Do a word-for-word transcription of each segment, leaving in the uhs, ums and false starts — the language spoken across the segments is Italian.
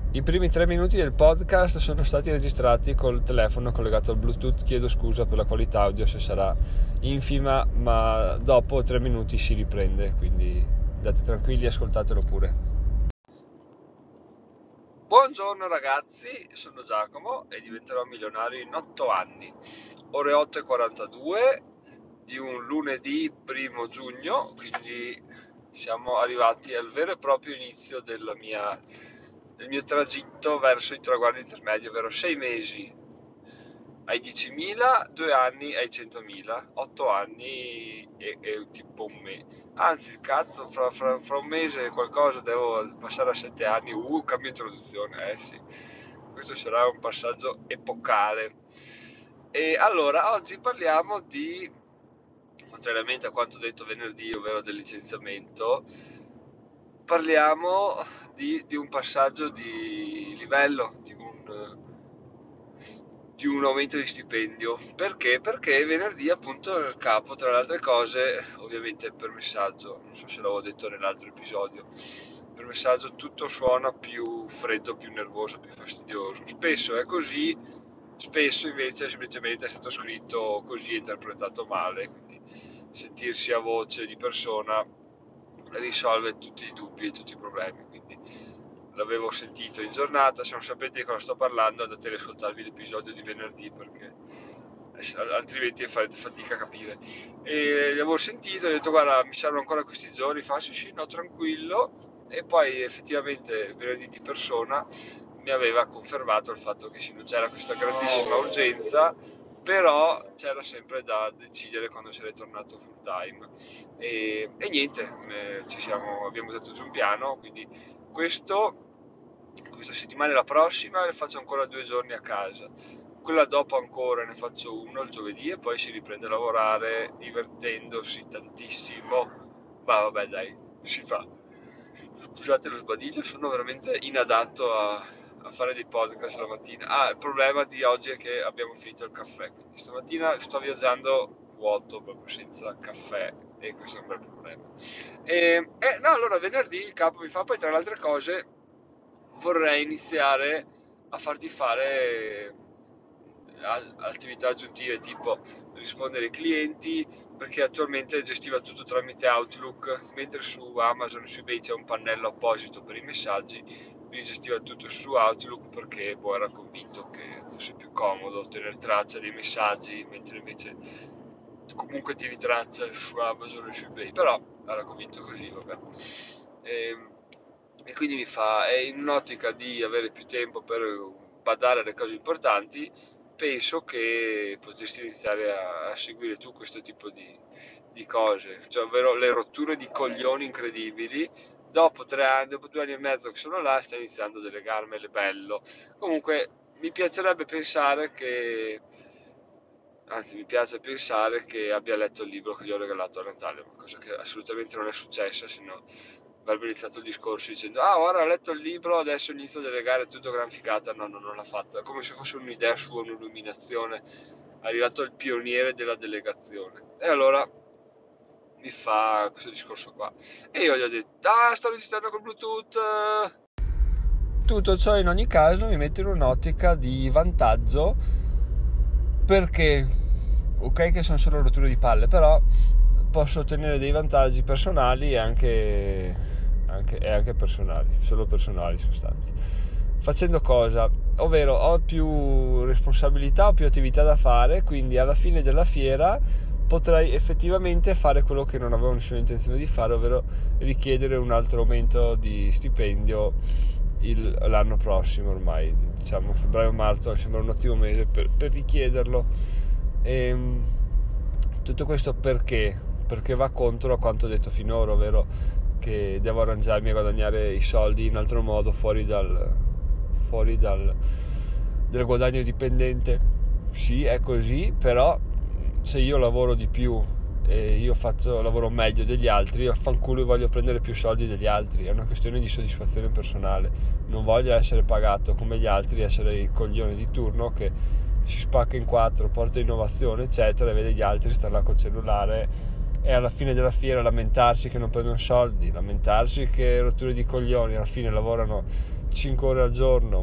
I primi tre minuti del podcast sono stati registrati col telefono collegato al Bluetooth. Chiedo scusa per la qualità audio se sarà infima, ma dopo tre minuti si riprende, quindi andate tranquilli, ascoltatelo pure. Buongiorno ragazzi, sono Giacomo e diventerò milionario in otto anni. Ore otto e quarantadue di un lunedì primo giugno, quindi siamo arrivati al vero e proprio inizio della mia, del mio tragitto verso il traguardo intermedio, ovvero sei mesi ai diecimila, due anni ai centomila, otto anni e, e tipo un mese. Anzi, il cazzo, fra, fra, fra un mese e qualcosa devo passare a sette anni. Uh, cambio introduzione, eh sì. Questo sarà un passaggio epocale. E allora, oggi parliamo di, contrariamente a quanto detto venerdì, ovvero del licenziamento, parliamo di, di un passaggio di livello, di un, di un aumento di stipendio. Perché? Perché venerdì appunto il capo, tra le altre cose, ovviamente per messaggio, non so se l'avevo detto nell'altro episodio, per messaggio tutto suona più freddo, più nervoso, più fastidioso. Spesso è così, spesso invece semplicemente è stato scritto così e interpretato male, quindi sentirsi a voce di persona risolve tutti i dubbi e tutti i problemi. Quindi l'avevo sentito in giornata, se non sapete di cosa sto parlando andate ad ascoltarvi l'episodio di venerdì, perché altrimenti farete fatica a capire. E l'avevo sentito e ho detto guarda, mi servono ancora questi giorni, fa sì sì no tranquillo, e poi effettivamente venerdì di persona mi aveva confermato il fatto che sì, non c'era questa grandissima urgenza, però c'era sempre da decidere quando sarei tornato full time. E, e niente, eh, ci siamo, abbiamo dato giù un piano, quindi questo, questa settimana e la prossima ne faccio ancora due giorni a casa, quella dopo ancora ne faccio uno il giovedì e poi si riprende a lavorare divertendosi tantissimo, ma vabbè dai, si fa. Scusate lo sbadiglio, sono veramente inadatto a, a fare dei podcast la mattina. Ah, il problema di oggi è che abbiamo finito il caffè, quindi stamattina sto viaggiando vuoto, proprio senza caffè, e questo è un bel problema. E, e no, allora venerdì il capo mi fa, poi tra le altre cose vorrei iniziare a farti fare attività aggiuntive tipo rispondere ai clienti, perché attualmente gestiva tutto tramite Outlook, mentre su Amazon e su eBay c'è un pannello apposito per i messaggi. Lui gestiva tutto su Outlook perché boh, era convinto che fosse più comodo tenere traccia dei messaggi, mentre invece comunque tieni traccia su Amazon e su eBay, però era convinto così, vabbè. E, e quindi mi fa, è in un'ottica di avere più tempo per badare alle cose importanti, penso che potresti iniziare a, a seguire tu questo tipo di, di cose, cioè ovvero le rotture di coglioni incredibili. Dopo tre anni, dopo due anni e mezzo che sono là, sta iniziando a delegarmele bello. Comunque mi piacerebbe pensare che, anzi mi piace pensare che abbia letto il libro che gli ho regalato a Natale, cosa che assolutamente non è successa, se no avrebbe iniziato il discorso dicendo ah ora ho letto il libro, adesso inizio a delegare tutto gran figata. No, no, non l'ha fatto, è come se fosse un'idea sua, un'illuminazione, è arrivato il pioniere della delegazione. E allora mi fa questo discorso qua e io gli ho detto ah sto registrando col Bluetooth. Tutto ciò in ogni caso mi mette in un'ottica di vantaggio, perché ok che sono solo rotture di palle, però posso ottenere dei vantaggi personali e anche, anche, e anche personali, solo personali in sostanza. Facendo cosa? Ovvero ho più responsabilità, ho più attività da fare, quindi alla fine della fiera potrei effettivamente fare quello che non avevo nessuna intenzione di fare, ovvero richiedere un altro aumento di stipendio il, l'anno prossimo. Ormai diciamo febbraio-marzo mi sembra un ottimo mese per, per richiederlo. E, tutto questo perché? Perché va contro a quanto detto finora, ovvero che devo arrangiarmi a guadagnare i soldi in altro modo fuori dal fuori dal, del guadagno dipendente. Sì, è così, però se io lavoro di più e io faccio lavoro meglio degli altri, io affanculo e voglio prendere più soldi degli altri. È una questione di soddisfazione personale, non voglio essere pagato come gli altri, essere il coglione di turno che si spacca in quattro, porta innovazione eccetera, e vede gli altri stare là col cellulare e alla fine della fiera lamentarsi che non prendono soldi, lamentarsi che rotture di coglioni, alla fine lavorano cinque ore al giorno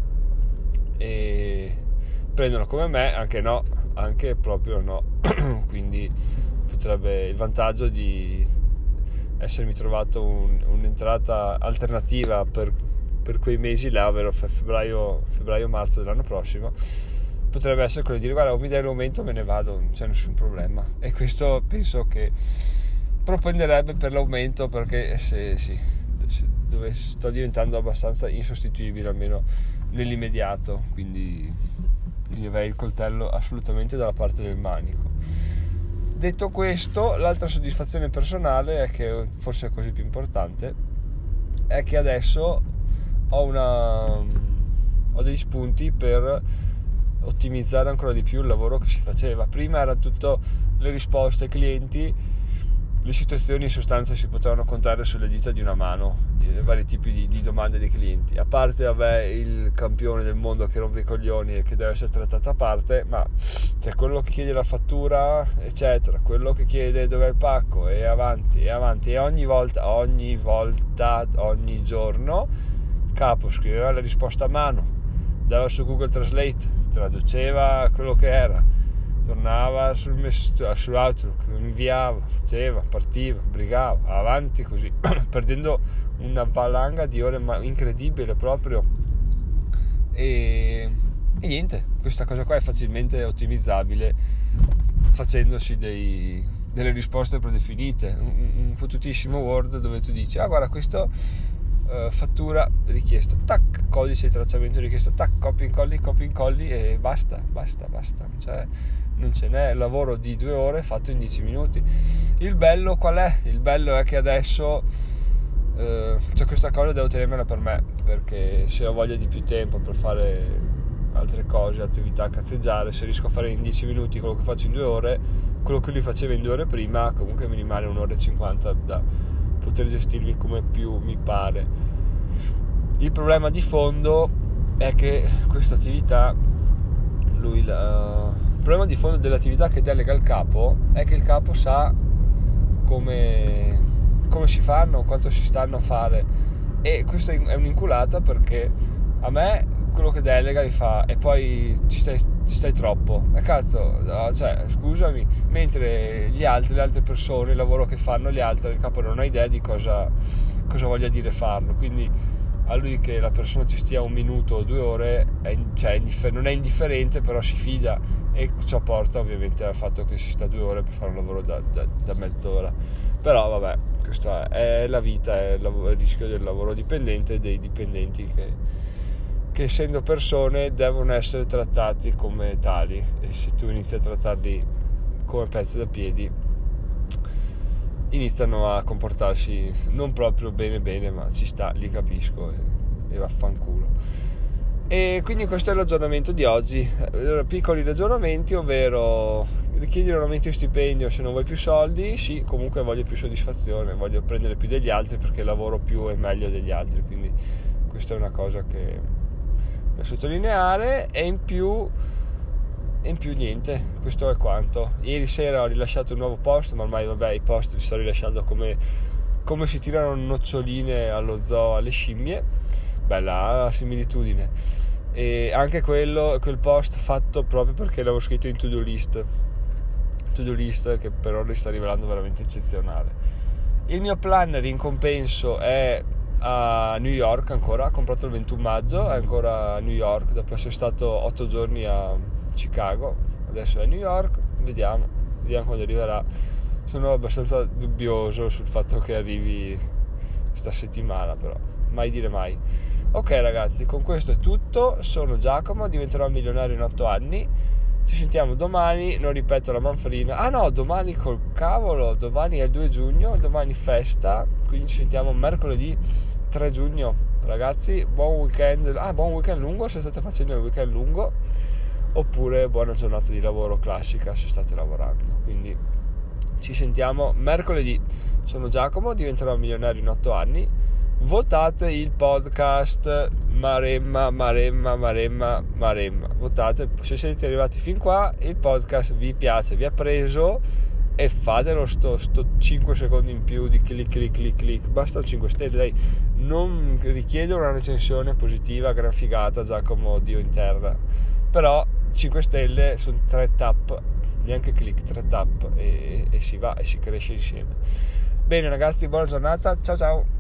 e prendono come me, anche no, anche proprio no. Quindi potrebbe il vantaggio di essermi trovato un, un'entrata alternativa per, per quei mesi là, ovvero febbraio, febbraio marzo dell'anno prossimo, potrebbe essere quello di dire: guarda, o mi dai l'aumento, me ne vado, non c'è nessun problema. E questo penso che propenderebbe per l'aumento, perché se sì, dove sto diventando abbastanza insostituibile, almeno nell'immediato, quindi io avrei il coltello assolutamente dalla parte del manico. Detto questo, l'altra soddisfazione personale, è che forse è così più importante, è che adesso ho una ho degli spunti per ottimizzare ancora di più il lavoro che si faceva. Prima era tutto le risposte ai clienti, le situazioni in sostanza si potevano contare sulle dita di una mano, i vari tipi di, di domande dei clienti, a parte vabbè il campione del mondo che rompe i coglioni e che deve essere trattato a parte, ma c'è quello che chiede la fattura eccetera, quello che chiede dov'è il pacco, e avanti e avanti, e ogni volta ogni volta ogni giorno il capo scriveva la risposta a mano, dava su Google Translate, traduceva quello che era, tornava sul mess- su Outlook, inviava, faceva, partiva, brigava, avanti così, perdendo una valanga di ore ma- incredibile proprio. E, e niente, questa cosa qua è facilmente ottimizzabile facendosi dei, delle risposte predefinite, un, un fottutissimo Word dove tu dici: ah, guarda, questo uh, fattura richiesta, tac, codice di tracciamento richiesto, tac, copia incolli, copia incolli, e basta, basta, basta, cioè non ce n'è lavoro di due ore fatto in dieci minuti. Il bello qual è? Il bello è che adesso eh, c'è questa cosa, devo tenermela per me, perché se ho voglia di più tempo per fare altre cose, attività, cazzeggiare, se riesco a fare in dieci minuti quello che faccio in due ore, quello che lui faceva in due ore prima, comunque mi rimane un'ora e cinquanta da poter gestirmi come più mi pare. Il problema di fondo è che questa attività, lui la Il problema di fondo dell'attività che delega il capo è che il capo sa come, come si fanno, quanto si stanno a fare, e questa è un'inculata, perché a me quello che delega mi fa: e poi ci stai, ci stai troppo, e cazzo, cioè scusami, mentre gli altri, le altre persone, il lavoro che fanno gli altri, il capo non ha idea di cosa, cosa voglia dire farlo, quindi a lui che la persona ci stia un minuto o due ore è, cioè, non è indifferente, però si fida, e ciò porta ovviamente al fatto che si sta due ore per fare un lavoro da, da, da mezz'ora. Però vabbè, questa è la vita, è il, lavoro, il rischio del lavoro dipendente e dei dipendenti che, che essendo persone devono essere trattati come tali, e se tu inizi a trattarli come pezzi da piedi iniziano a comportarsi non proprio bene bene, ma ci sta, li capisco, e, e vaffanculo. E quindi questo è l'aggiornamento di oggi. Piccoli ragionamenti, ovvero: richiedere un aumento di stipendio se non vuoi più soldi? Sì, comunque voglio più soddisfazione, voglio prendere più degli altri, perché lavoro più e meglio degli altri, quindi questa è una cosa che da sottolineare. E in più E in più niente, questo è quanto. Ieri sera ho rilasciato un nuovo post, ma ormai vabbè, i post li sto rilasciando come, come si tirano noccioline allo zoo alle scimmie. Bella similitudine. E anche quello, quel post fatto proprio perché l'avevo scritto in to-do list to-do list che per ora si sta rivelando veramente eccezionale. Il mio planner in compenso è a New York ancora, ho comprato il ventuno maggio, è ancora a New York dopo essere stato otto giorni a Chicago, adesso è a New York, vediamo, vediamo quando arriverà. Sono abbastanza dubbioso sul fatto che arrivi sta settimana, però mai dire mai. Ok ragazzi, con questo è tutto. Sono Giacomo, diventerò milionario in otto anni. Ci sentiamo domani, non ripeto la manfrina. Ah no, domani col cavolo, domani è il due giugno, domani festa, quindi ci sentiamo mercoledì tre giugno. Ragazzi, buon weekend. Ah, buon weekend lungo se state facendo il weekend lungo, oppure buona giornata di lavoro classica se state lavorando. Quindi ci sentiamo mercoledì. Sono Giacomo, diventerò milionario in otto anni. Votate il podcast Maremma, Maremma, Maremma, Maremma. Votate, se siete arrivati fin qua, il podcast vi piace, vi ha preso, e fatelo sto, sto cinque secondi in più di clic clic clic clic, basta cinque stelle, dai, non richiede una recensione positiva, gran figata Giacomo Dio in terra, però cinque stelle sono tre tap, neanche clic, tre tap e, e si va e si cresce insieme. Bene ragazzi, buona giornata, ciao ciao.